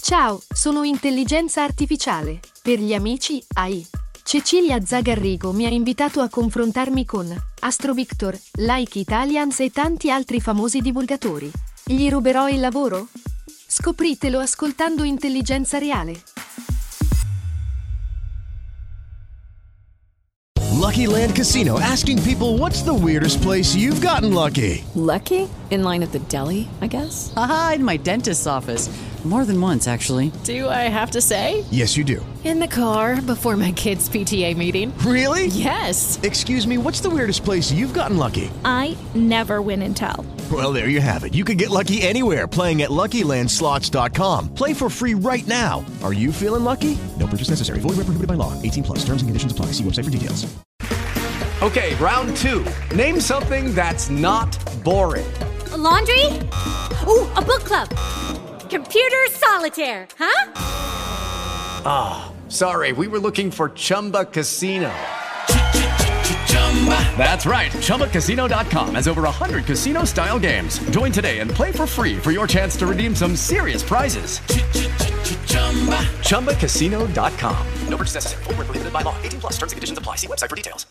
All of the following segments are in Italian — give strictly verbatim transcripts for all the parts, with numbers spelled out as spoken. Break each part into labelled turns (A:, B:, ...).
A: Ciao, sono intelligenza artificiale. Per gli amici, A I. Cecilia Zagarrigo mi ha invitato a confrontarmi con Astro Victor, Like Italians e tanti altri famosi divulgatori. Gli ruberò il lavoro? Scopritelo ascoltando Intelligenza Reale.
B: Lucky Land Casino, asking people, what's the weirdest place you've gotten lucky?
C: Lucky? In line at the deli, I guess?
D: Aha, in my dentist's office. More than once, actually.
C: Do I have to say?
B: Yes, you do.
C: In the car, before my kids' P T A meeting.
B: Really?
C: Yes.
B: Excuse me, what's the weirdest place you've gotten lucky?
E: I never win and tell.
B: Well, there you have it. You can get lucky anywhere, playing at Lucky Land Slots dot com. Play for free right now. Are you feeling lucky? No purchase necessary. Void where prohibited by law. eighteen plus. Terms and conditions apply. See website for details.
F: Okay, round two. Name something that's not boring.
G: A laundry? Ooh, a book club. Computer solitaire, huh?
F: Ah, oh, sorry. We were looking for Chumba Casino. That's right. Chumba Casino dot com has over one hundred casino-style games. Join today and play for free for your chance to redeem some serious prizes. Chumba Casino dot com. No purchase necessary. Void where prohibited by law. eighteen plus. Terms and conditions apply. See website for details.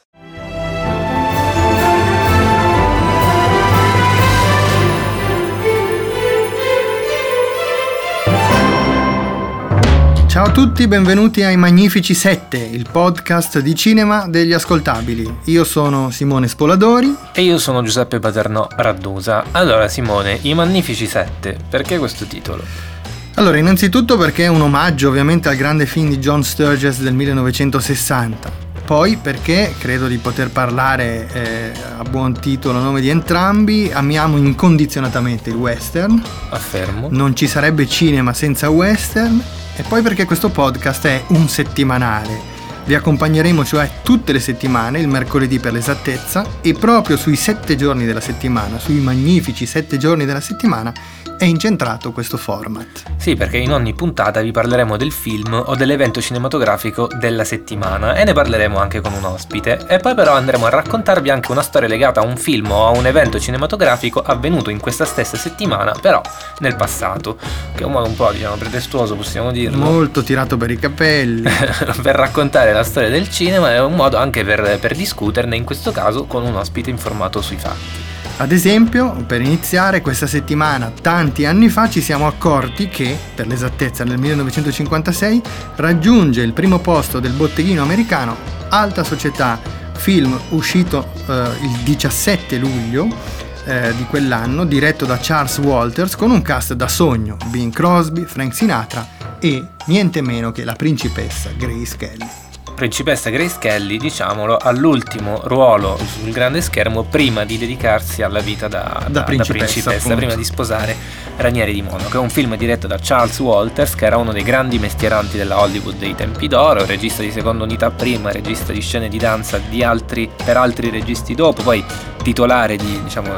H: Ciao a tutti, benvenuti ai Magnifici sette, il podcast di cinema degli ascoltabili. Io sono Simone Spoladori.
I: E io sono Giuseppe Paternò Raddusa. Allora Simone, i Magnifici sette, perché questo titolo?
H: Allora, innanzitutto perché è un omaggio ovviamente al grande film di John Sturges del millenovecentosessanta. Poi perché credo di poter parlare eh, a buon titolo a nome di entrambi, amiamo incondizionatamente il western.
I: Affermo.
H: Non ci sarebbe cinema senza western. E poi perché questo podcast è un settimanale. Vi accompagneremo cioè tutte le settimane, il mercoledì per l'esattezza, e proprio sui sette giorni della settimana, sui magnifici sette giorni della settimana, è incentrato questo format.
I: Sì, perché in ogni puntata vi parleremo del film o dell'evento cinematografico della settimana e ne parleremo anche con un ospite, e poi però andremo a raccontarvi anche una storia legata a un film o a un evento cinematografico avvenuto in questa stessa settimana, però nel passato, che è un modo un po', diciamo, pretestuoso, possiamo dirlo.
H: Molto tirato per i capelli.
I: Per raccontare la storia del cinema, è un modo anche per, per discuterne, in questo caso con un ospite informato sui fatti.
H: Ad esempio, per iniziare, questa settimana, tanti anni fa, ci siamo accorti che, per l'esattezza nel millenovecentocinquantasei, raggiunge il primo posto del botteghino americano Alta Società, film uscito eh, il diciassette luglio eh, di quell'anno, diretto da Charles Walters, con un cast da sogno: Bing Crosby, Frank Sinatra e niente meno che la principessa Grace Kelly.
I: Principessa Grace Kelly, diciamolo, all'ultimo ruolo sul grande schermo prima di dedicarsi alla vita da, da, da principessa, da principessa prima di sposare Ranieri di Monaco. È un film diretto da Charles Walters, che era uno dei grandi mestieranti della Hollywood dei tempi d'oro, regista di seconda unità prima, regista di scene di danza di altri, per altri registi dopo, poi titolare di, diciamo,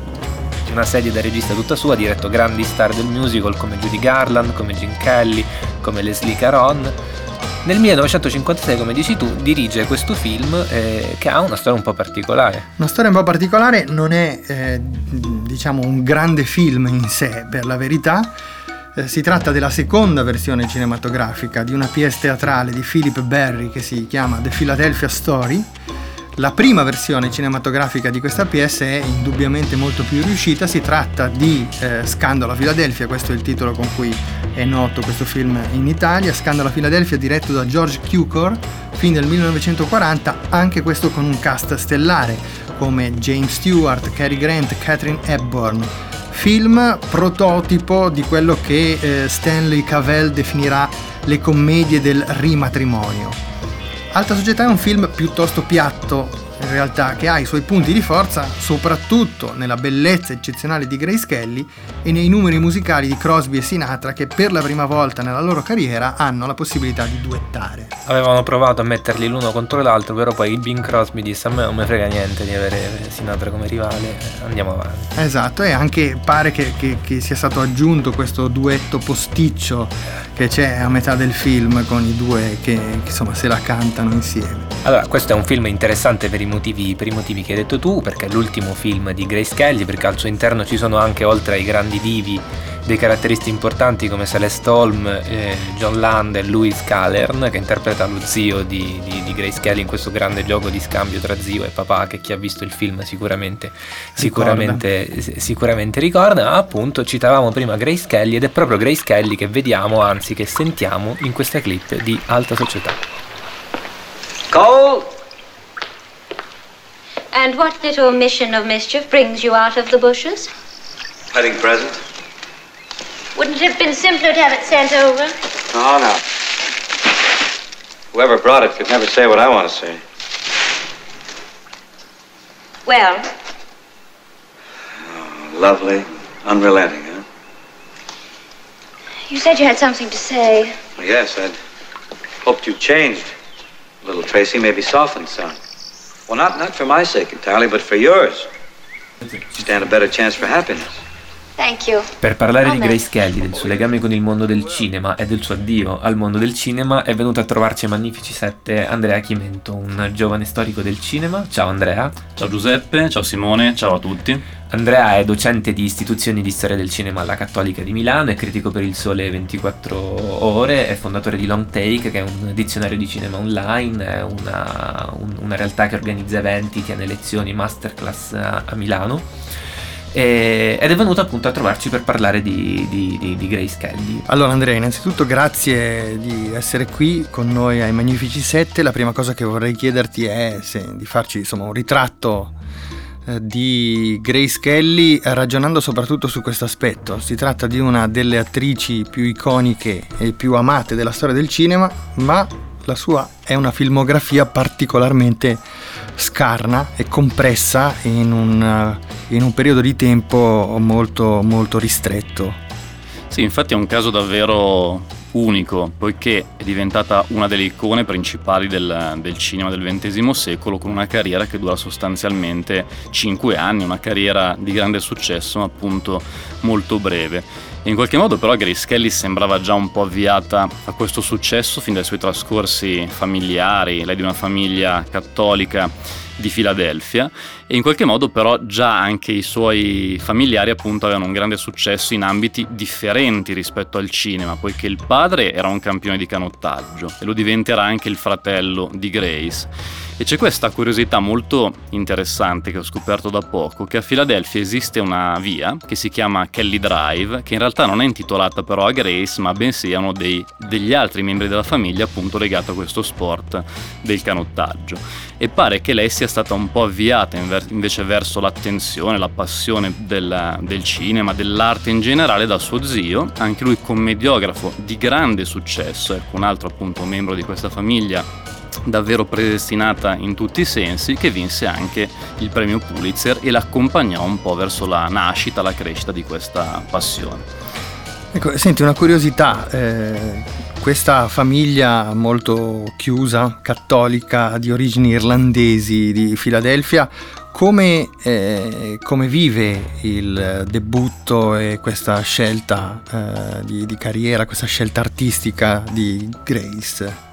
I: di una serie da regista tutta sua, ha diretto grandi star del musical come Judy Garland, come Gene Kelly, come Leslie Caron. Nel millenovecentocinquantasei, come dici tu, dirige questo film eh, che ha una storia un po' particolare.
H: Una storia un po' particolare, non è eh, diciamo un grande film in sé, per la verità. Eh, si tratta della seconda versione cinematografica di una pièce teatrale di Philip Barry che si chiama The Philadelphia Story. La prima versione cinematografica di questa pièce è indubbiamente molto più riuscita. Si tratta di eh, Scandalo a Filadelfia, questo è il titolo con cui è noto questo film in Italia. Scandalo a Filadelfia, diretto da George Cukor, film del millenovecentoquaranta, anche questo con un cast stellare come James Stewart, Cary Grant, Katharine Hepburn. Film prototipo di quello che eh, Stanley Cavell definirà le commedie del rimatrimonio. Alta Società è un film piuttosto piatto, in realtà, che ha i suoi punti di forza soprattutto nella bellezza eccezionale di Grace Kelly e nei numeri musicali di Crosby e Sinatra, che per la prima volta nella loro carriera hanno la possibilità di duettare.
I: Avevano provato a metterli l'uno contro l'altro, però poi Bing Crosby disse: a me non mi frega niente di avere Sinatra come rivale, andiamo avanti.
H: Esatto, e anche pare che, che, che sia stato aggiunto questo duetto posticcio che c'è a metà del film con i due che, che insomma se la cantano insieme.
I: Allora, questo è un film interessante per i motivi, per i motivi che hai detto tu, perché è l'ultimo film di Grace Kelly, perché al suo interno ci sono anche, oltre ai grandi divi, dei caratteristi importanti come Celeste Holm, eh, John Land e Louis Callern, che interpreta lo zio di, di, di Grace Kelly in questo grande gioco di scambio tra zio e papà, che chi ha visto il film sicuramente sicuramente ricorda. sicuramente ricorda. Ma appunto citavamo prima Grace Kelly, ed è proprio Grace Kelly che vediamo, anzi che sentiamo in questa clip di Alta Società.
J: Cole?
K: And what little mission of mischief brings you out of the bushes?
J: Wedding present.
K: Wouldn't it have been simpler to have it sent over?
J: Oh, no. Whoever brought it could never say what I want to say.
K: Well?
J: Oh, lovely, unrelenting, huh?
K: You said you had something to say.
J: Well, yes, I'd hoped you'd changed. Little Tracy, maybe softened some. Well, not, not for my sake entirely, but for yours. You stand a better chance for happiness.
K: Thank you.
I: Per parlare di Grace Kelly, del suo legame con il mondo del cinema e del suo addio al mondo del cinema, è venuto a trovarci a Magnifici sette Andrea Chimento, un giovane storico del cinema. Ciao Andrea.
L: Ciao Giuseppe, ciao Simone, ciao a tutti.
I: Andrea è docente di istituzioni di storia del cinema alla Cattolica di Milano, è critico per Il Sole ventiquattro ore, è fondatore di Long Take, che è un dizionario di cinema online, è una, un, una realtà che organizza eventi, tiene lezioni, masterclass a, a Milano. Ed è venuto appunto a trovarci per parlare di, di, di, di Grace Kelly.
H: Allora Andrea, innanzitutto grazie di essere qui con noi ai Magnifici sette. La prima cosa che vorrei chiederti è se, di farci insomma un ritratto eh, di Grace Kelly, ragionando soprattutto su questo aspetto. Si tratta di una delle attrici più iconiche e più amate della storia del cinema, ma la sua è una filmografia particolarmente scarna e compressa in un, in un periodo di tempo molto, molto ristretto.
L: Sì, infatti è un caso davvero unico, poiché è diventata una delle icone principali del, del cinema del ventesimo secolo, con una carriera che dura sostanzialmente cinque anni, una carriera di grande successo ma appunto molto breve. In qualche modo però Grace Kelly sembrava già un po' avviata a questo successo fin dai suoi trascorsi familiari, lei di una famiglia cattolica di Filadelfia, e in qualche modo però già anche i suoi familiari appunto avevano un grande successo in ambiti differenti rispetto al cinema, poiché il padre era un campione di canottaggio e lo diventerà anche il fratello di Grace. E c'è questa curiosità molto interessante che ho scoperto da poco, che a Filadelfia esiste una via che si chiama Kelly Drive, che in realtà non è intitolata però a Grace, ma bensì a uno dei, degli altri membri della famiglia appunto legato a questo sport del canottaggio. E pare che lei sia stata un po' avviata invece verso l'attenzione, la passione del, del cinema, dell'arte in generale da suo zio, anche lui commediografo di grande successo, ecco un altro appunto membro di questa famiglia davvero predestinata in tutti i sensi, che vinse anche il premio Pulitzer e l'accompagnò un po' verso la nascita, la crescita di questa passione.
H: Ecco, senti, una curiosità, eh, questa famiglia molto chiusa, cattolica, di origini irlandesi di Filadelfia, come, eh, come vive il debutto e questa scelta eh, di, di carriera, questa scelta artistica di Grace?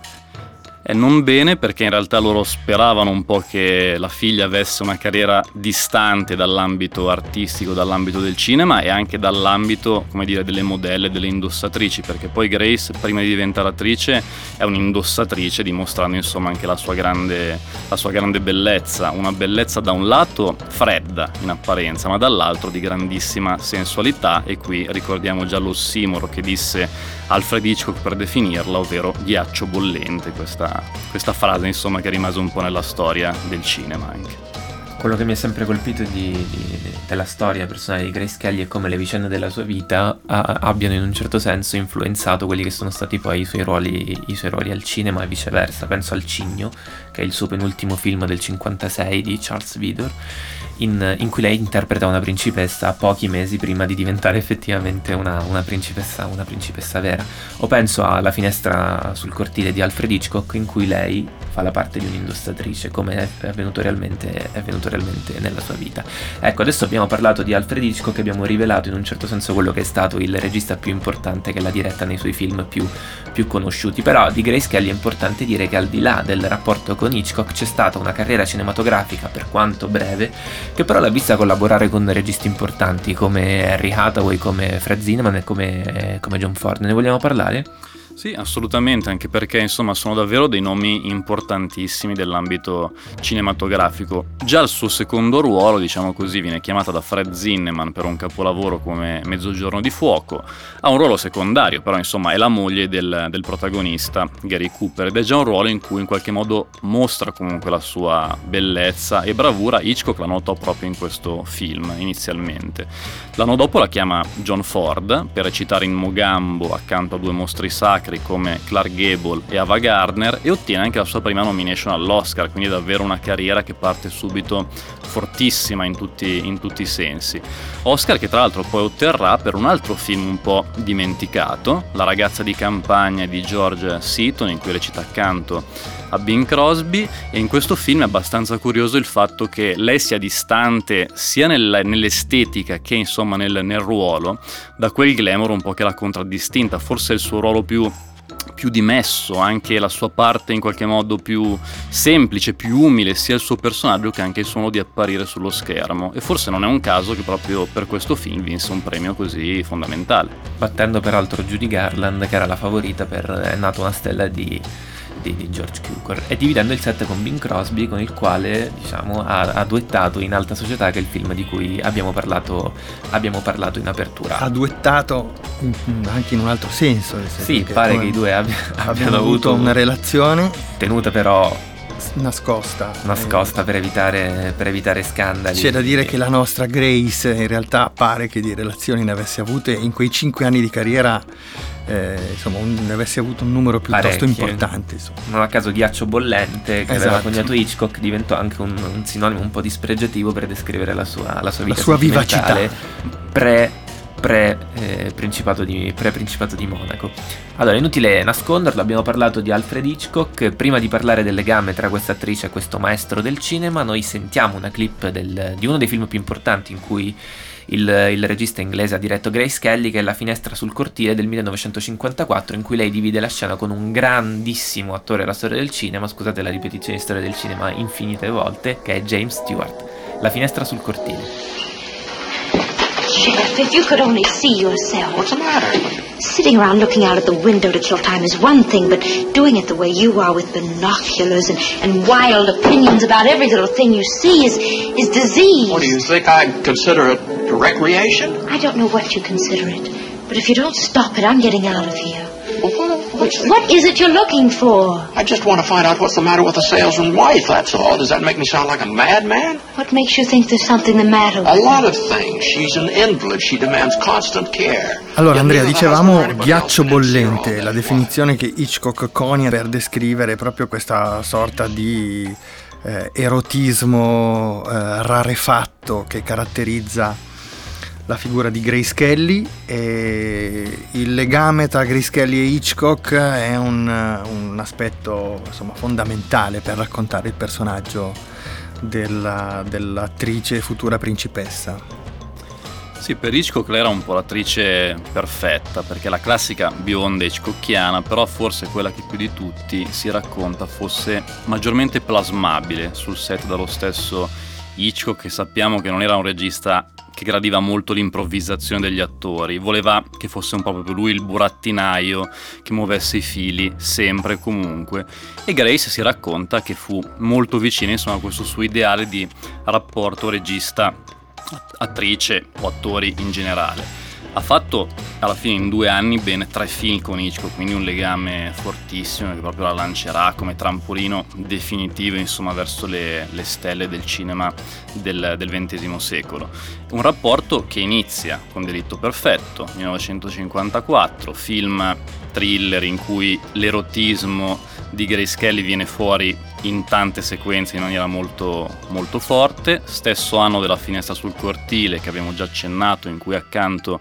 L: E non bene, perché in realtà loro speravano un po' che la figlia avesse una carriera distante dall'ambito artistico, dall'ambito del cinema e anche dall'ambito, come dire, delle modelle, delle indossatrici, perché poi Grace, prima di diventare attrice, è un'indossatrice, dimostrando insomma anche la sua grande, la sua grande bellezza, una bellezza da un lato fredda in apparenza, ma dall'altro di grandissima sensualità, e qui ricordiamo già l'ossimoro che disse Alfred Hitchcock per definirla, ovvero ghiaccio bollente, questa questa frase insomma che rimase un po' nella storia del cinema anche.
I: Quello che mi è sempre colpito di, di, della storia personale di Grace Kelly è come le vicende della sua vita a, abbiano in un certo senso influenzato quelli che sono stati poi i suoi ruoli, i suoi ruoli al cinema e viceversa. Penso al Cigno, che è il suo penultimo film del cinquantasei di Charles Vidor, in, in cui lei interpreta una principessa pochi mesi prima di diventare effettivamente una, una principessa una principessa vera. O penso alla Finestra sul cortile di Alfred Hitchcock, in cui lei fa la parte di un'indossatrice, come è avvenuto realmente, è avvenuto realmente nella sua vita. Ecco, adesso abbiamo parlato di Alfred Hitchcock e abbiamo rivelato in un certo senso quello che è stato il regista più importante che l'ha diretta nei suoi film più, più conosciuti. Però di Grace Kelly è importante dire che al di là del rapporto detto, con Hitchcock c'è stata una carriera cinematografica, per quanto breve, che però l'ha vista collaborare con registi importanti come Harry Hathaway, come Fred Zinnemann e come, come John Ford. Ne vogliamo parlare?
L: Sì, assolutamente, anche perché insomma sono davvero dei nomi importantissimi dell'ambito cinematografico. Già il suo secondo ruolo, diciamo così, viene chiamata da Fred Zinnemann per un capolavoro come Mezzogiorno di fuoco. Ha un ruolo secondario, però insomma è la moglie del, del protagonista, Gary Cooper, ed è già un ruolo in cui in qualche modo mostra comunque la sua bellezza e bravura. Hitchcock la notò proprio in questo film inizialmente. L'anno dopo la chiama John Ford per recitare in Mogambo accanto a due mostri sacri come Clark Gable e Ava Gardner, e ottiene anche la sua prima nomination all'Oscar, quindi è davvero una carriera che parte subito fortissima in tutti, in tutti i sensi. Oscar che tra l'altro poi otterrà per un altro film un po' dimenticato, La ragazza di campagna di George Seaton, in cui recita accanto a Bing Crosby, e in questo film è abbastanza curioso il fatto che lei sia distante sia nel, nell'estetica che insomma nel, nel ruolo da quel glamour un po' che l'ha contraddistinta. Forse il suo ruolo più più dimesso, anche la sua parte in qualche modo più semplice, più umile, sia il suo personaggio che anche il suo modo di apparire sullo schermo, e forse non è un caso che proprio per questo film vinse un premio così fondamentale,
I: battendo peraltro Judy Garland, che era la favorita per È nata una stella di Di, di George Cukor, e dividendo il set con Bing Crosby, con il quale diciamo ha, ha duettato In alta società, che è il film di cui abbiamo parlato abbiamo parlato in apertura.
H: Ha duettato anche in un altro senso,
I: sì, pare che i due abbia, abbiano avuto
H: una relazione
I: tenuta però
H: nascosta
I: nascosta eh. per evitare per evitare scandali.
H: C'è da dire che la nostra Grace in realtà pare che di relazioni ne avesse avute in quei cinque anni di carriera, eh, insomma un, ne avesse avuto un numero piuttosto
I: Parecchie.
H: importante, insomma.
I: Non a caso Ghiaccio bollente, che
H: esatto.
I: aveva coniato Hitchcock, diventò anche un, un sinonimo un po' dispregiativo per descrivere la sua, la sua vita,
H: la sua vivacità
I: pre pre eh, principato di pre principato di Monaco. Allora, inutile nasconderlo, abbiamo parlato di Alfred Hitchcock. Prima di parlare del legame tra questa attrice e questo maestro del cinema, noi sentiamo una clip del, di uno dei film più importanti in cui il, il regista inglese ha diretto Grace Kelly, che è La finestra sul cortile del millenovecentocinquantaquattro, in cui lei divide la scena con un grandissimo attore della storia del cinema, scusate la ripetizione di storia del cinema infinite volte, che è James Stewart. La finestra sul cortile.
K: Sheriff, if you could only see yourself.
M: What's the matter?
K: Sitting around looking out at the window to kill time is one thing, but doing it the way you are with binoculars and, and wild opinions about every little thing you see is, is disease.
M: What, do you think I consider it recreation?
K: I don't know what you consider it, but if you don't stop it, I'm getting out of here.
M: Well, what, what's the...
K: What is it you're looking for?
M: I just want to find out what's the matter with the salesman's wife, that's all. Does that make me sound like a madman?
K: What makes you think there's something the matter with
M: her? A lot
K: her?
M: of things. She's an invalid. She demands constant care.
H: Allora Andrea, dicevamo ghiaccio bollente, la definizione che Hitchcock conia per descrivere proprio questa sorta di eh, erotismo eh, rarefatto che caratterizza la figura di Grace Kelly. E il legame tra Grace Kelly e Hitchcock è un, un aspetto insomma fondamentale per raccontare il personaggio della, dell'attrice futura principessa.
L: Sì, per Hitchcock lei era un po' l'attrice perfetta, perché la classica bionda hitchcockiana, però forse quella che più di tutti si racconta fosse maggiormente plasmabile sul set dallo stesso Hitchcock, che sappiamo che non era un regista che gradiva molto l'improvvisazione degli attori, voleva che fosse un po' proprio lui il burattinaio che muovesse i fili sempre e comunque, e Grace si racconta che fu molto vicina insomma a questo suo ideale di rapporto regista-attrice o attori in generale. Ha fatto alla fine in due anni ben tre film con Hitchcock, quindi un legame fortissimo che proprio la lancerà come trampolino definitivo insomma verso le, le stelle del cinema del, del ventesimo secolo. Un rapporto che inizia con Delitto perfetto, millenovecentocinquantaquattro, film thriller in cui l'erotismo di Grace Kelly viene fuori in tante sequenze in maniera molto, molto forte. Stesso anno della Finestra sul cortile, che abbiamo già accennato, in cui accanto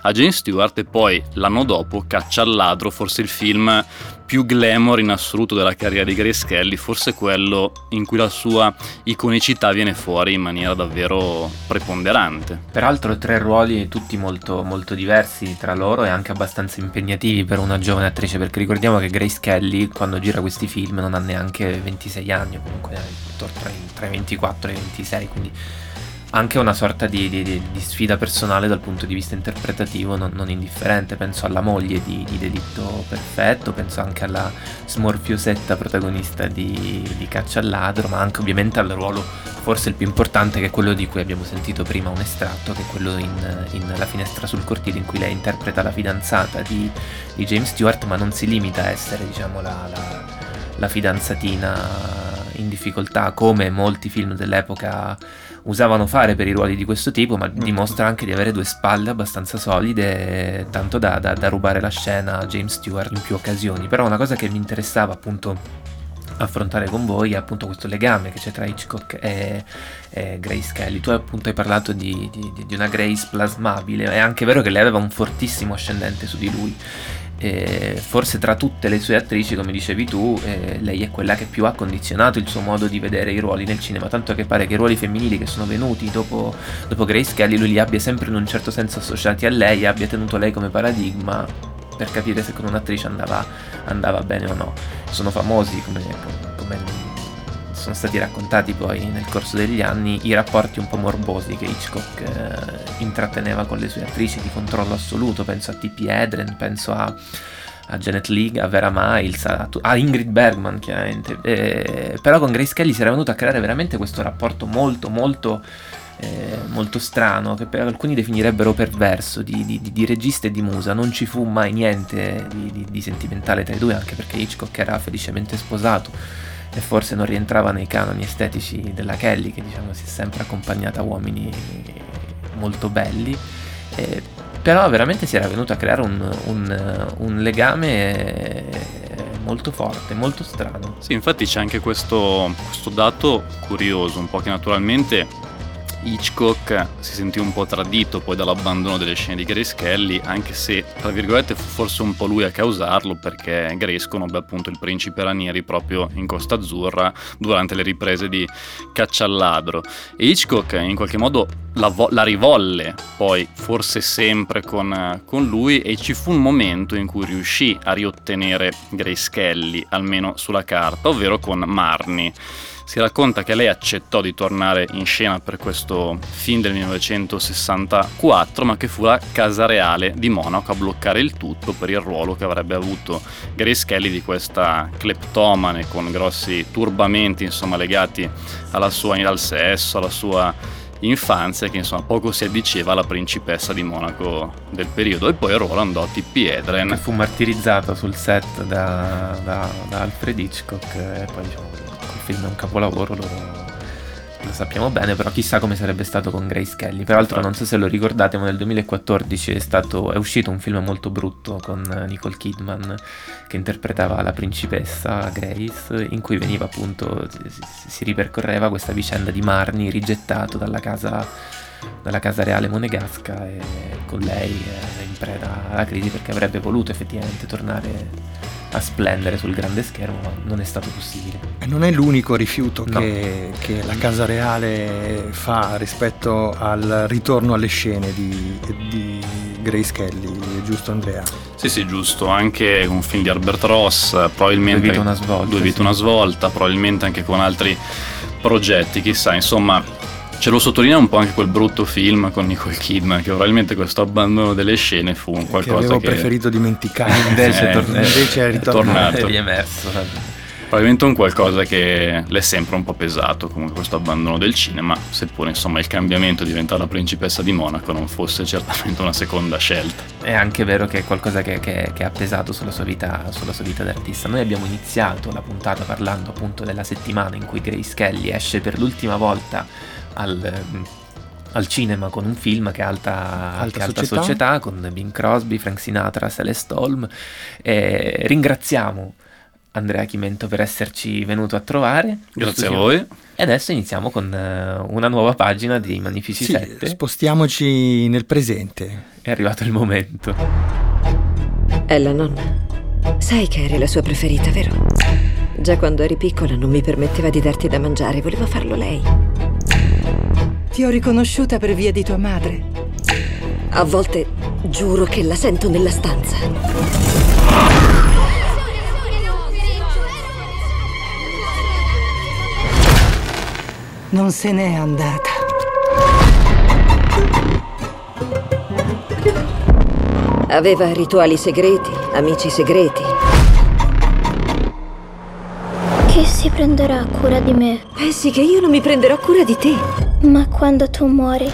L: a James Stewart, e poi l'anno dopo Caccia al ladro, forse il film più glamour in assoluto della carriera di Grace Kelly, forse quello in cui la sua iconicità viene fuori in maniera davvero preponderante.
I: Peraltro tre ruoli tutti molto, molto diversi tra loro e anche abbastanza impegnativi per una giovane attrice, perché ricordiamo che Grace Kelly quando gira questi film non ha neanche ventisei anni, o comunque tra i ventiquattro e i ventisei, quindi anche una sorta di, di, di sfida personale dal punto di vista interpretativo non, non indifferente. Penso alla moglie di, di Delitto Perfetto, penso anche alla smorfiosetta protagonista di, di Caccia al ladro, ma anche ovviamente al ruolo forse il più importante, che è quello di cui abbiamo sentito prima un estratto, che è quello in, in La finestra sul cortile, in cui lei interpreta la fidanzata di, di James Stewart, ma non si limita a essere, diciamo, la, la, la fidanzatina in difficoltà come molti film dell'epoca usavano fare per i ruoli di questo tipo, ma dimostra anche di avere due spalle abbastanza solide, tanto da, da, da rubare la scena a James Stewart in più occasioni. Però una cosa che mi interessava appunto affrontare con voi è appunto questo legame che c'è tra Hitchcock e, e Grace Kelly. Tu appunto hai parlato di, di, di una Grace plasmabile, è anche vero che lei aveva un fortissimo ascendente su di lui. E forse tra tutte le sue attrici, come dicevi tu, eh, lei è quella che più ha condizionato il suo modo di vedere i ruoli nel cinema, tanto che pare che i ruoli femminili che sono venuti dopo, dopo Grace Kelly lui li abbia sempre in un certo senso associati a lei e abbia tenuto lei come paradigma per capire se con un'attrice andava, andava bene o no. Sono famosi, come, come sono stati raccontati poi nel corso degli anni, i rapporti un po' morbosi che Hitchcock eh, intratteneva con le sue attrici di controllo assoluto. Penso a Tippi Hedren, penso a, a Janet Leigh, a Vera Miles, a, a Ingrid Bergman chiaramente, eh, però con Grace Kelly si era venuto a creare veramente questo rapporto molto molto eh, molto strano, che per alcuni definirebbero perverso, di, di, di regista e di musa. Non ci fu mai niente di, di, di sentimentale tra i due, anche perché Hitchcock era felicemente sposato e forse non rientrava nei canoni estetici della Kelly, che diciamo si è sempre accompagnata a uomini molto belli, eh, però veramente si era venuto a creare un, un, un legame molto forte, molto strano.
L: Sì, infatti c'è anche questo, questo dato curioso, un po' che naturalmente Hitchcock si sentì un po' tradito poi dall'abbandono delle scene di Grace Kelly, anche se tra virgolette fu forse un po' lui a causarlo, perché Grace conobbe appunto il principe Ranieri proprio in Costa Azzurra durante le riprese di Caccia al ladro, e Hitchcock in qualche modo la, vo- la rivolle poi forse sempre con, con lui, e ci fu un momento in cui riuscì a riottenere Grace Kelly almeno sulla carta, ovvero con Marnie. Si racconta che lei accettò di tornare in scena per questo film del millenovecentosessantaquattro, ma che fu la Casa Reale di Monaco a bloccare il tutto per il ruolo che avrebbe avuto Grace Kelly di questa cleptomane con grossi turbamenti, insomma, legati alla sua, al sesso, alla sua infanzia, che insomma poco si addiceva alla principessa di Monaco del periodo. E poi il ruolo andò a Tippi Hedren,
I: che fu martirizzato sul set da, da, da Alfred Hitchcock, e poi diciamo il film è un capolavoro, lo, lo sappiamo bene, però chissà come sarebbe stato con Grace Kelly. Peraltro non so se lo ricordate, ma nel duemilaquattordici è stato è uscito un film molto brutto con Nicole Kidman che interpretava la principessa Grace, in cui veniva appunto si, si ripercorreva questa vicenda di Marnie rigettato dalla casa dalla casa reale monegasca, e con lei in preda alla crisi perché avrebbe voluto effettivamente tornare a splendere sul grande schermo, ma non è stato possibile.
H: E non è l'unico rifiuto
I: no.
H: che, che la Casa Reale fa rispetto al ritorno alle scene di, di Grace Kelly, giusto Andrea?
L: Sì, sì, giusto. Anche un film di Herbert Ross, probabilmente
I: Due vite una svolta,
L: Due vite
I: sì.
L: una svolta, probabilmente anche con altri progetti, chissà, insomma. Ce lo sottolinea un po' anche quel brutto film con Nicole Kidman, che probabilmente questo abbandono delle scene fu un qualcosa
H: che avevo
L: che
H: preferito dimenticare,
I: invece,
L: eh,
I: tor-
H: invece è ritornato,
I: è riemerso.
L: Probabilmente un qualcosa che le è sempre un po' pesato, comunque questo abbandono del cinema, seppure insomma il cambiamento di diventare la principessa di Monaco non fosse certamente una seconda scelta.
I: È anche vero che è qualcosa che, che, che ha pesato sulla sua vita, sulla sua vita d'artista. Noi abbiamo iniziato la puntata parlando appunto della settimana in cui Grace Kelly esce per l'ultima volta Al, al cinema con un film che è Alta,
H: Alta,
I: che è Alta
H: Società.
I: Società, con Bing Crosby, Frank Sinatra, Celeste Holm. E ringraziamo Andrea Chimento per esserci venuto a trovare.
L: Grazie a voi.
I: E adesso iniziamo con uh, una nuova pagina di Magnifici
H: sì,
I: sette.
H: Spostiamoci nel presente.
I: È arrivato il momento.
N: È la nonna. Sai che eri la sua preferita, vero? Già quando eri piccola non mi permetteva di darti da mangiare, voleva farlo lei.
O: Ti ho riconosciuta per via di tua madre.
N: A volte giuro che la sento nella stanza.
O: Non se n'è andata.
N: Aveva rituali segreti, amici segreti.
P: Chi si prenderà cura di me?
N: Pensi che io non mi prenderò cura di te?
P: Ma quando tu muori?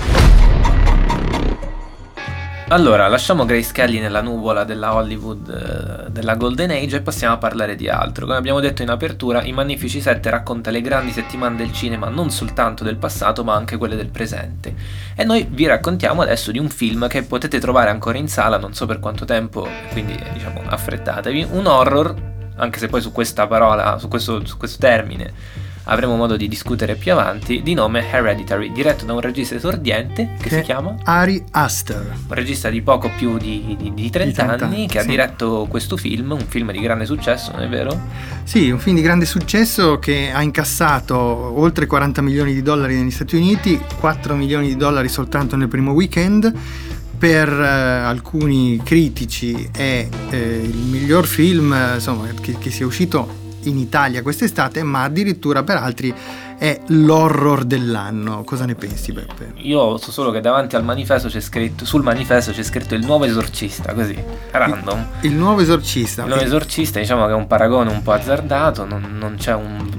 I: Allora, lasciamo Grace Kelly nella nuvola della Hollywood, eh, della Golden Age, e passiamo a parlare di altro. Come abbiamo detto in apertura, I Magnifici sette racconta le grandi settimane del cinema, non soltanto del passato ma anche quelle del presente. E noi vi raccontiamo adesso di un film che potete trovare ancora in sala, non so per quanto tempo, quindi diciamo affrettatevi, un horror, anche se poi su questa parola, su questo, su questo termine avremo modo di discutere più avanti, di nome Hereditary, diretto da un regista esordiente che, che si chiama
H: Ari Aster,
I: un regista di poco più di, di, di trenta anni, che sì. ha diretto questo film, un film di grande successo, non è vero?
H: Sì, un film di grande successo che ha incassato oltre quaranta milioni di dollari negli Stati Uniti, quattro milioni di dollari soltanto nel primo weekend. Per eh, alcuni critici è eh, il miglior film insomma, che, che sia uscito in Italia quest'estate, ma addirittura per altri è l'horror dell'anno. Cosa ne pensi, Beppe?
I: Io so solo che davanti al manifesto c'è scritto, sul manifesto c'è scritto il nuovo esorcista, così, random.
H: Il, il nuovo esorcista.
I: Il nuovo esorcista, diciamo che è un paragone un po' azzardato, non, non c'è un...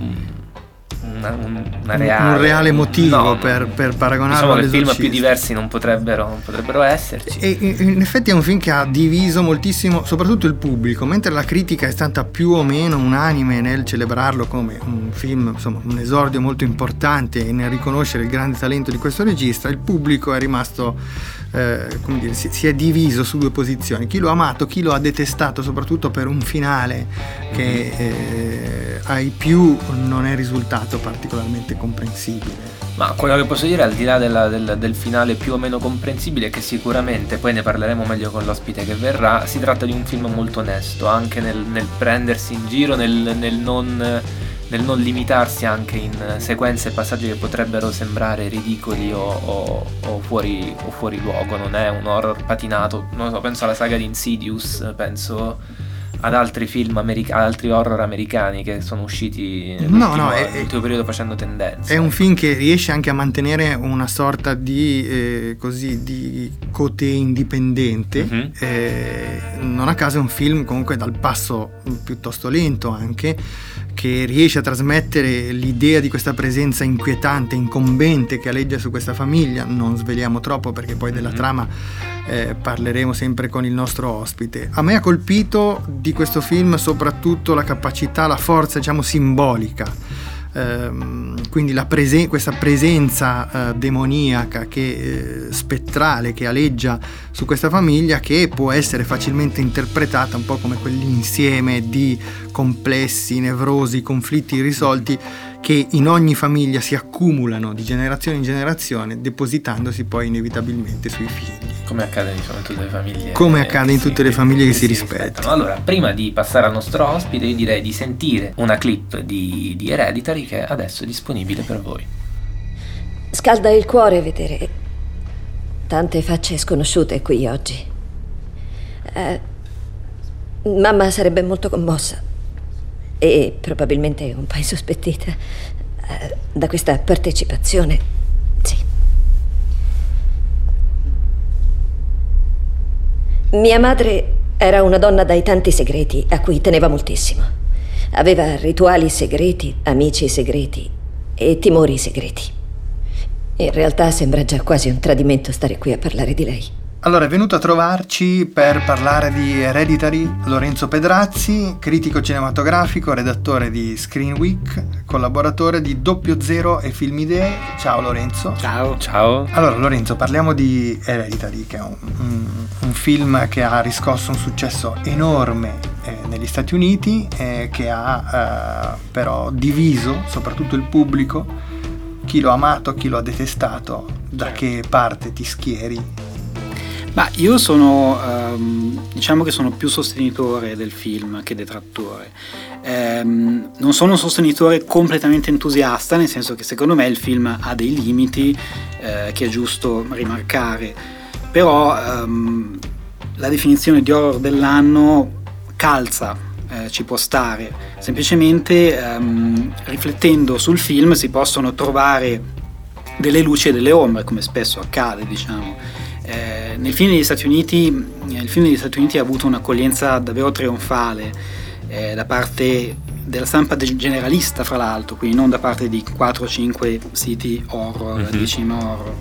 I: Una, una reale,
H: un reale motivo
I: no,
H: per, per paragonarlo
I: diciamo che
H: all'esorcista.
I: film più diversi non potrebbero, non potrebbero esserci.
H: E in effetti è un film che ha diviso moltissimo soprattutto il pubblico, mentre la critica è stata più o meno unanime nel celebrarlo come un film, insomma un esordio molto importante, e nel riconoscere il grande talento di questo regista. Il pubblico è rimasto eh, come dire, si, si è diviso su due posizioni: chi lo ha amato, chi lo ha detestato, soprattutto per un finale che eh, ai più non è risultato particolarmente comprensibile.
I: Ma quello che posso dire, al di là della, del, del finale più o meno comprensibile, è che sicuramente, poi ne parleremo meglio con l'ospite che verrà, si tratta di un film molto onesto, anche nel, nel prendersi in giro, nel, nel, non, nel non limitarsi anche in sequenze e passaggi che potrebbero sembrare ridicoli o, o, o, fuori, o fuori luogo. Non è un horror patinato, non so, penso alla saga di Insidious, penso ad altri film americani, ad altri horror americani che sono usciti
H: no, no,
I: nell'ultimo periodo facendo tendenza.
H: È un film che riesce anche a mantenere una sorta di eh, così di cote indipendente. Uh-huh. Eh, non a caso è un film comunque dal passo piuttosto lento, anche che riesce a trasmettere l'idea di questa presenza inquietante, incombente che aleggia su questa famiglia. Non sveliamo troppo perché poi della uh-huh. trama eh, parleremo sempre con il nostro ospite. A me ha colpito di questo film soprattutto la capacità, la forza diciamo simbolica. Ehm, quindi la presen- questa presenza eh, demoniaca, che, eh, spettrale, che aleggia su questa famiglia, che può essere facilmente interpretata un po' come quell'insieme di complessi, nevrosi, conflitti irrisolti che in ogni famiglia si accumulano di generazione in generazione, depositandosi poi inevitabilmente sui figli.
I: Come accade diciamo, in tutte le famiglie.
H: Come accade in tutte le famiglie che si rispettano.
I: Allora, prima di passare al nostro ospite, io direi di sentire una clip di, di Hereditary che adesso è disponibile per voi.
N: Scalda il cuore vedere tante facce sconosciute qui oggi. Eh, mamma sarebbe molto commossa e probabilmente un po' insospettita eh, da questa partecipazione. Sì. Mia madre era una donna dai tanti segreti a cui teneva moltissimo. Aveva rituali segreti, amici segreti e timori segreti. In realtà sembra già quasi un tradimento stare qui a parlare di lei.
H: Allora, è venuto a trovarci per parlare di Hereditary Lorenzo Pedrazzi, critico cinematografico, redattore di Screen Week, collaboratore di Doppio Zero e Film Idee. Ciao Lorenzo.
I: Ciao. Ciao.
H: Allora Lorenzo, parliamo di Hereditary, che è un, un, un film che ha riscosso un successo enorme eh, negli Stati Uniti, eh, che ha eh, però diviso soprattutto il pubblico, chi lo ha amato, chi lo ha detestato, da che parte ti schieri.
Q: Ma io sono, um, diciamo che sono più sostenitore del film che detrattore. Um, non sono un sostenitore completamente entusiasta, nel senso che secondo me il film ha dei limiti eh, che è giusto rimarcare, però um, la definizione di horror dell'anno calza, eh, ci può stare. Semplicemente um, riflettendo sul film si possono trovare delle luci e delle ombre, come spesso accade, diciamo. Eh, nel film degli Stati Uniti, il film degli Stati Uniti ha avuto un'accoglienza davvero trionfale eh, da parte della stampa generalista, fra l'altro, quindi non da parte di quattro o cinque siti horror, mm-hmm. di cinema horror.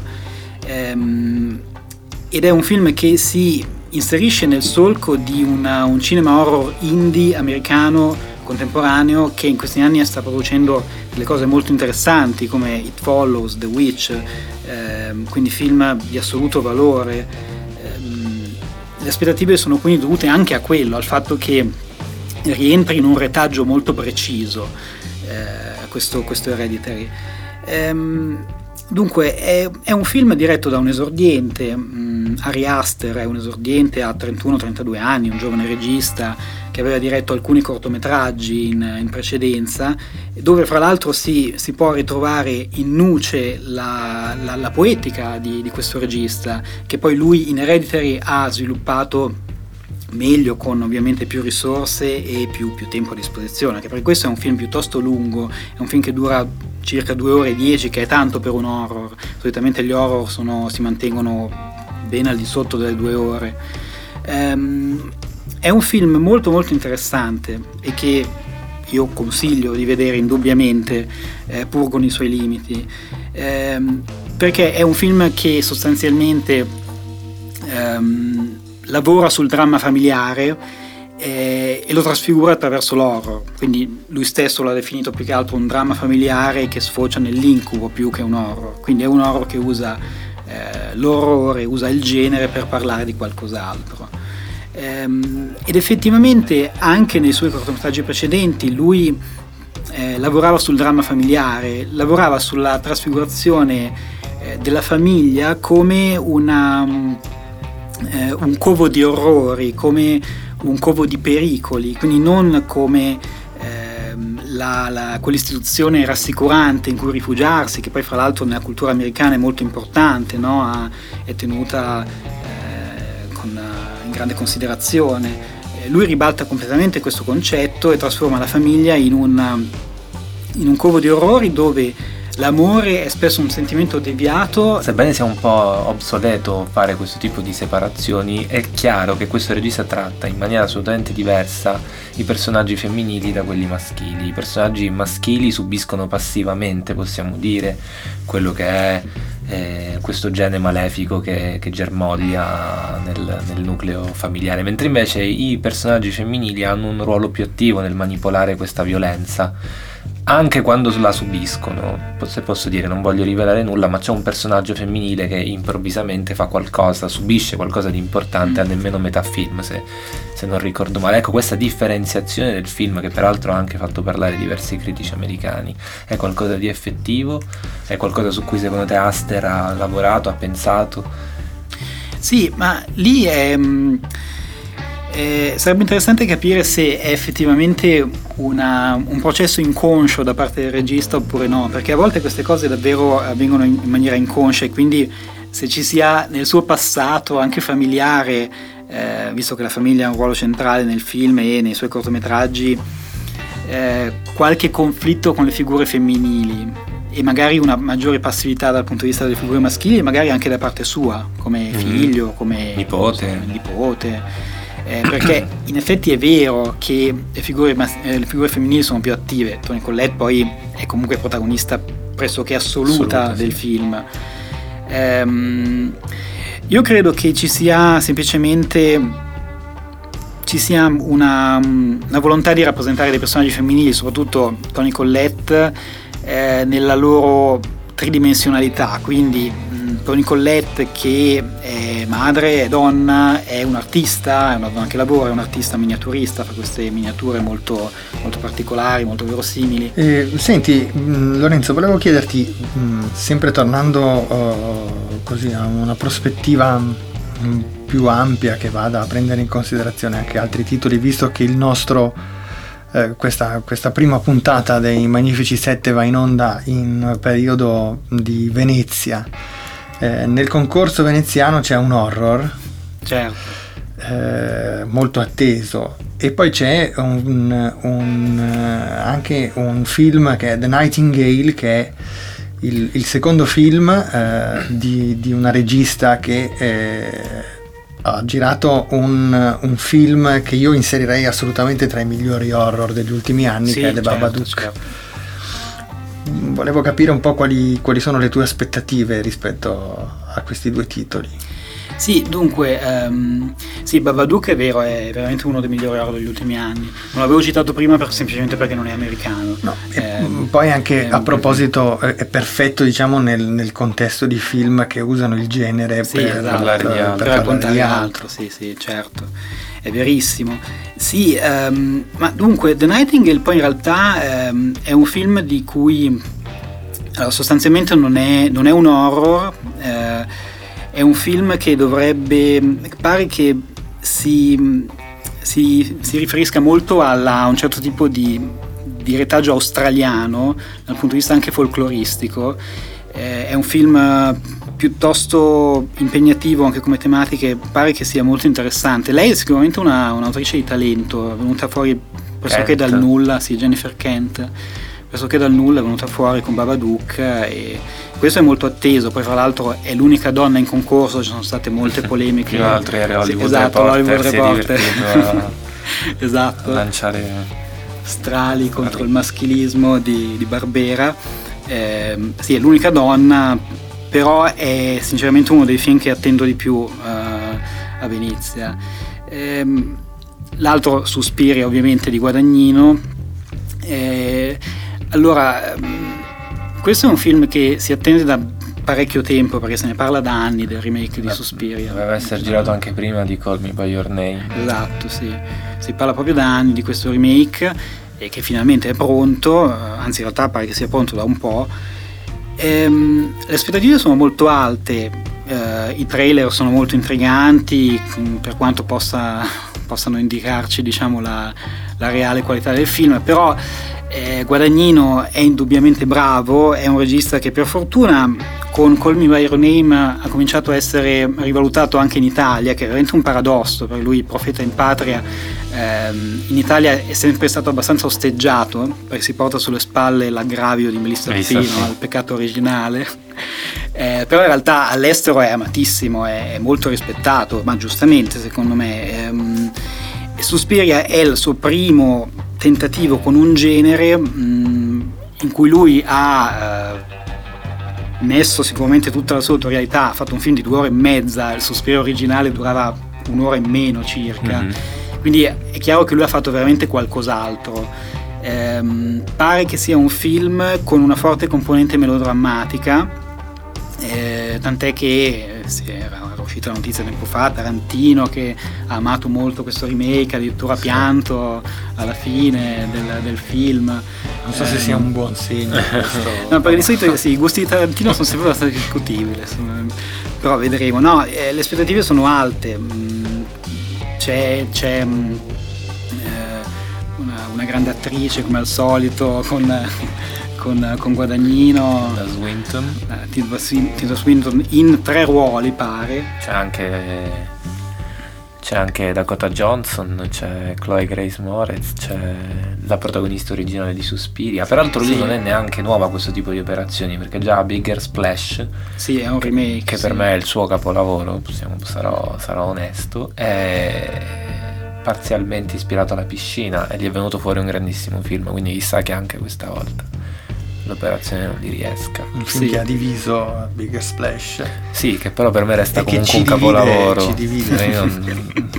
Q: Ehm, ed è un film che si inserisce nel solco di una, un cinema horror indie americano contemporaneo che in questi anni sta producendo delle cose molto interessanti come It Follows, The Witch, ehm, quindi film di assoluto valore. Ehm, le aspettative sono quindi dovute anche a quello, al fatto che rientri in un retaggio molto preciso eh, questo, questo Hereditary. Ehm, Dunque è, è un film diretto da un esordiente, mh, Ari Aster è un esordiente, ha trentuno trentadue anni, un giovane regista che aveva diretto alcuni cortometraggi in, in precedenza, dove fra l'altro si, si può ritrovare in nuce la, la, la poetica di, di questo regista, che poi lui in Hereditary ha sviluppato meglio, con ovviamente più risorse e più, più tempo a disposizione, anche perché questo è un film piuttosto lungo, è un film che dura circa due ore e dieci, che è tanto per un horror. Solitamente gli horror sono, si mantengono ben al di sotto delle due ore. Ehm, è un film molto molto interessante e che io consiglio di vedere indubbiamente, eh, pur con i suoi limiti, ehm, perché è un film che sostanzialmente ehm, lavora sul dramma familiare eh, e lo trasfigura attraverso l'horror, quindi lui stesso l'ha definito più che altro un dramma familiare che sfocia nell'incubo più che un horror, quindi è un horror che usa eh, l'orrore, usa il genere per parlare di qualcos'altro. Ehm, ed effettivamente anche nei suoi cortometraggi precedenti lui eh, lavorava sul dramma familiare, lavorava sulla trasfigurazione eh, della famiglia come una Eh, un covo di orrori, come un covo di pericoli, quindi non come eh, la, la, quell'istituzione rassicurante in cui rifugiarsi, che poi fra l'altro nella cultura americana è molto importante, no? ha, è tenuta eh, con, in grande considerazione. Eh, lui ribalta completamente questo concetto e trasforma la famiglia in un, in un covo di orrori dove l'amore è spesso un sentimento deviato.
I: Sebbene sia un po' obsoleto fare questo tipo di separazioni, è chiaro che questo regista tratta in maniera assolutamente diversa i personaggi femminili da quelli maschili. I personaggi maschili subiscono passivamente, possiamo dire, quello che è eh, questo gene malefico che, che germoglia nel, nel nucleo familiare, mentre invece i personaggi femminili hanno un ruolo più attivo nel manipolare questa violenza, anche quando la subiscono. Se posso dire, non voglio rivelare nulla, ma c'è un personaggio femminile che improvvisamente fa qualcosa, subisce qualcosa di importante a nemmeno metà film, se, se non ricordo male. Ecco, questa differenziazione del film, che peraltro ha anche fatto parlare diversi critici americani, è qualcosa di effettivo? È qualcosa su cui secondo te Aster ha lavorato, ha pensato?
Q: Sì, ma lì è... Eh, sarebbe interessante capire se è effettivamente una, un processo inconscio da parte del regista oppure no, perché a volte queste cose davvero avvengono in, in maniera inconscia, e quindi se ci sia nel suo passato anche familiare, eh, visto che la famiglia ha un ruolo centrale nel film e nei suoi cortometraggi, eh, qualche conflitto con le figure femminili e magari una maggiore passività dal punto di vista delle figure maschili, magari anche da parte sua, come figlio, come
I: nipote,
Q: nipote. Eh, perché in effetti è vero che le figure, eh, le figure femminili sono più attive. Toni Collette poi è comunque protagonista pressoché assoluta, assoluta del sì. film. Ehm, io credo che ci sia semplicemente ci sia una, una volontà di rappresentare dei personaggi femminili, soprattutto Toni Collette, eh, nella loro tridimensionalità, quindi mh, Toni Collette, che è madre, è donna, è un'artista, è una donna che lavora, è un'artista miniaturista, fa queste miniature molto, molto particolari, molto verosimili.
H: Eh, senti Lorenzo, volevo chiederti, mh, sempre tornando uh, così a una prospettiva mh, più ampia, che vada a prendere in considerazione anche altri titoli, visto che il nostro eh, questa, questa prima puntata dei Magnifici Sette va in onda in periodo di Venezia. Eh, nel concorso veneziano c'è un horror,
Q: certo,
H: eh, molto atteso, e poi c'è un, un, anche un film che è The Nightingale, che è il, il secondo film eh, di, di una regista che eh, ha girato un, un film che io inserirei assolutamente tra i migliori horror degli ultimi anni, sì, che è The Babadook. Certo, certo. Volevo capire un po' quali, quali sono le tue aspettative rispetto a questi due titoli.
Q: Sì, dunque, um, sì, Babadook è vero, è veramente uno dei migliori horror degli ultimi anni. Non l'avevo citato prima per, semplicemente perché non è americano.
H: No, eh, poi anche a proposito è perfetto, diciamo, nel, nel contesto di film che usano il genere,
Q: sì,
H: per,
Q: esatto,
H: per,
Q: per,
H: per,
Q: per raccontare altro. Sì, sì, certo, è verissimo. Sì, um, ma dunque The Nightingale poi in realtà um, è un film di cui allora, sostanzialmente non è, non è un horror. Eh, È un film che dovrebbe, pare che si, si, si riferisca molto alla, a un certo tipo di, di retaggio australiano dal punto di vista anche folcloristico. Eh, è un film piuttosto impegnativo anche come tematiche, pare che sia molto interessante. Lei è sicuramente una, un'autrice di talento, è venuta fuori pressoché dal nulla, sì, Jennifer Kent, pressoché dal nulla è venuta fuori con Babadook, e questo è molto atteso. Poi fra l'altro è l'unica donna in concorso, ci sono state molte polemiche.
I: Tra l'altro era Hollywood
Q: sì, esatto,
I: Reporter,
Q: Hollywood Reporter.
I: A,
Q: esatto,
I: a lanciare
Q: strali contro il maschilismo di, di Barbera. Eh, sì, è l'unica donna, però è sinceramente uno dei film che attendo di più uh, a Venezia. Eh, l'altro, Suspiria, ovviamente, di Guadagnino. Eh, allora, questo è un film che si attende da parecchio tempo, perché se ne parla da anni del remake di Suspiria.
I: Doveva essere girato anche prima di Call Me By Your Name.
Q: Esatto, sì. Si parla proprio da anni di questo remake, e che finalmente è pronto, anzi in realtà pare che sia pronto da un po'. Ehm, le aspettative sono molto alte, eh, i trailer sono molto intriganti, per quanto possa, possano indicarci, diciamo, la, la reale qualità del film, però eh, Guadagnino è indubbiamente bravo, è un regista che per fortuna con Call Me By Your Name ha cominciato a essere rivalutato anche in Italia, che è veramente un paradosso, per lui Profeta in Patria ehm, in Italia è sempre stato abbastanza osteggiato, perché si porta sulle spalle l'aggravio di Melissa Pino, il peccato originale, eh, però in realtà all'estero è amatissimo, è, è molto rispettato, ma giustamente secondo me. ehm, Suspiria è il suo primo tentativo con un genere mh, in cui lui ha eh, messo sicuramente tutta la sua autorialità, ha fatto un film di due ore e mezza, il Suspiria originale durava un'ora e meno circa, mm-hmm. quindi è chiaro che lui ha fatto veramente qualcos'altro. Ehm, pare che sia un film con una forte componente melodrammatica, eh, tant'è che eh, era uscita la notizia tempo fa, Tarantino che ha amato molto questo remake, addirittura pianto alla fine del, del film.
H: Non so eh, se sia un buon segno questo.
Q: No, perché di solito sì, i gusti di Tarantino sono sempre abbastanza discutibili, però vedremo. No, eh, le aspettative sono alte, c'è, c'è eh, una, una grande attrice come al solito con Con, con Guadagnino,
I: da Swinton,
Q: uh, Tilda, Tilda Swinton in tre ruoli pare.
I: C'è anche c'è anche Dakota Johnson, c'è Chloe Grace Moretz, c'è la protagonista originale di Suspiria. Peraltro lui sì. non è neanche nuova a questo tipo di operazioni, perché già Bigger Splash,
Q: sì, è un remake,
I: che
Q: sì.
I: per me è il suo capolavoro, possiamo, sarò, sarò onesto, è parzialmente ispirato alla Piscina e gli è venuto fuori un grandissimo film, quindi chissà che anche questa volta l'operazione non gli riesca.
H: Un film sì. che ha diviso Bigger Splash,
I: sì, che però per me resta
H: e
I: comunque
H: un
I: divide, capolavoro
H: ci divide.
I: non...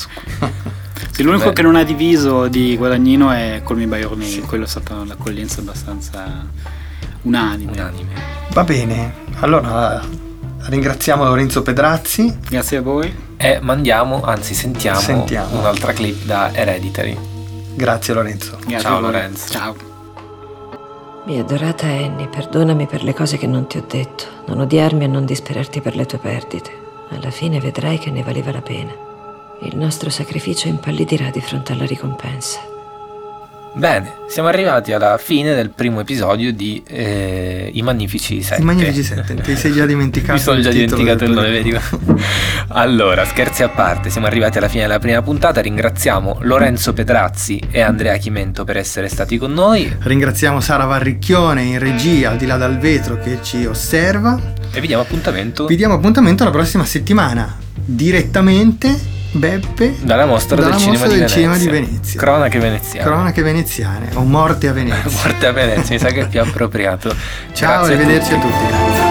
Q: sì, l'unico Beh. che non ha diviso di Guadagnino è Call Me By Your Name, sì. quello è stata un'accoglienza abbastanza unanime.
I: unanime
H: Va bene, allora ringraziamo Lorenzo Pedrazzi.
Q: Grazie a voi.
I: E mandiamo, anzi sentiamo,
H: sentiamo.
I: un'altra clip da Hereditary.
H: Grazie Lorenzo.
Q: Grazie
I: Ciao Lorenzo.
Q: Ciao.
N: Mia adorata Annie, perdonami per le cose che non ti ho detto. Non odiarmi e non disperarti per le tue perdite. Alla fine vedrai che ne valeva la pena. Il nostro sacrificio impallidirà di fronte alla ricompensa.
I: Bene, siamo arrivati alla fine del primo episodio di eh, I Magnifici Sette.
H: I Magnifici Sette, ti sei già dimenticato.
I: Mi sono già
H: il
I: dimenticato il nome,
H: del...
I: vedi? Allora, scherzi a parte, siamo arrivati alla fine della prima puntata. Ringraziamo Lorenzo Pedrazzi e Andrea Chimento per essere stati con noi.
H: Ringraziamo Sara Varricchione in regia, al di là dal vetro, che ci osserva.
I: E vi diamo appuntamento.
H: Vi diamo appuntamento la prossima settimana, direttamente Beppe
I: dalla mostra,
H: dalla
I: del,
H: mostra
I: cinema,
H: del
I: di
H: cinema di Venezia.
I: Cronache veneziane.
H: Cronache veneziane o Morte a Venezia.
I: Morte a Venezia, mi sa che è più appropriato.
H: Ciao,
I: Grazie
H: arrivederci
I: a tutti.
H: a tutti. Grazie.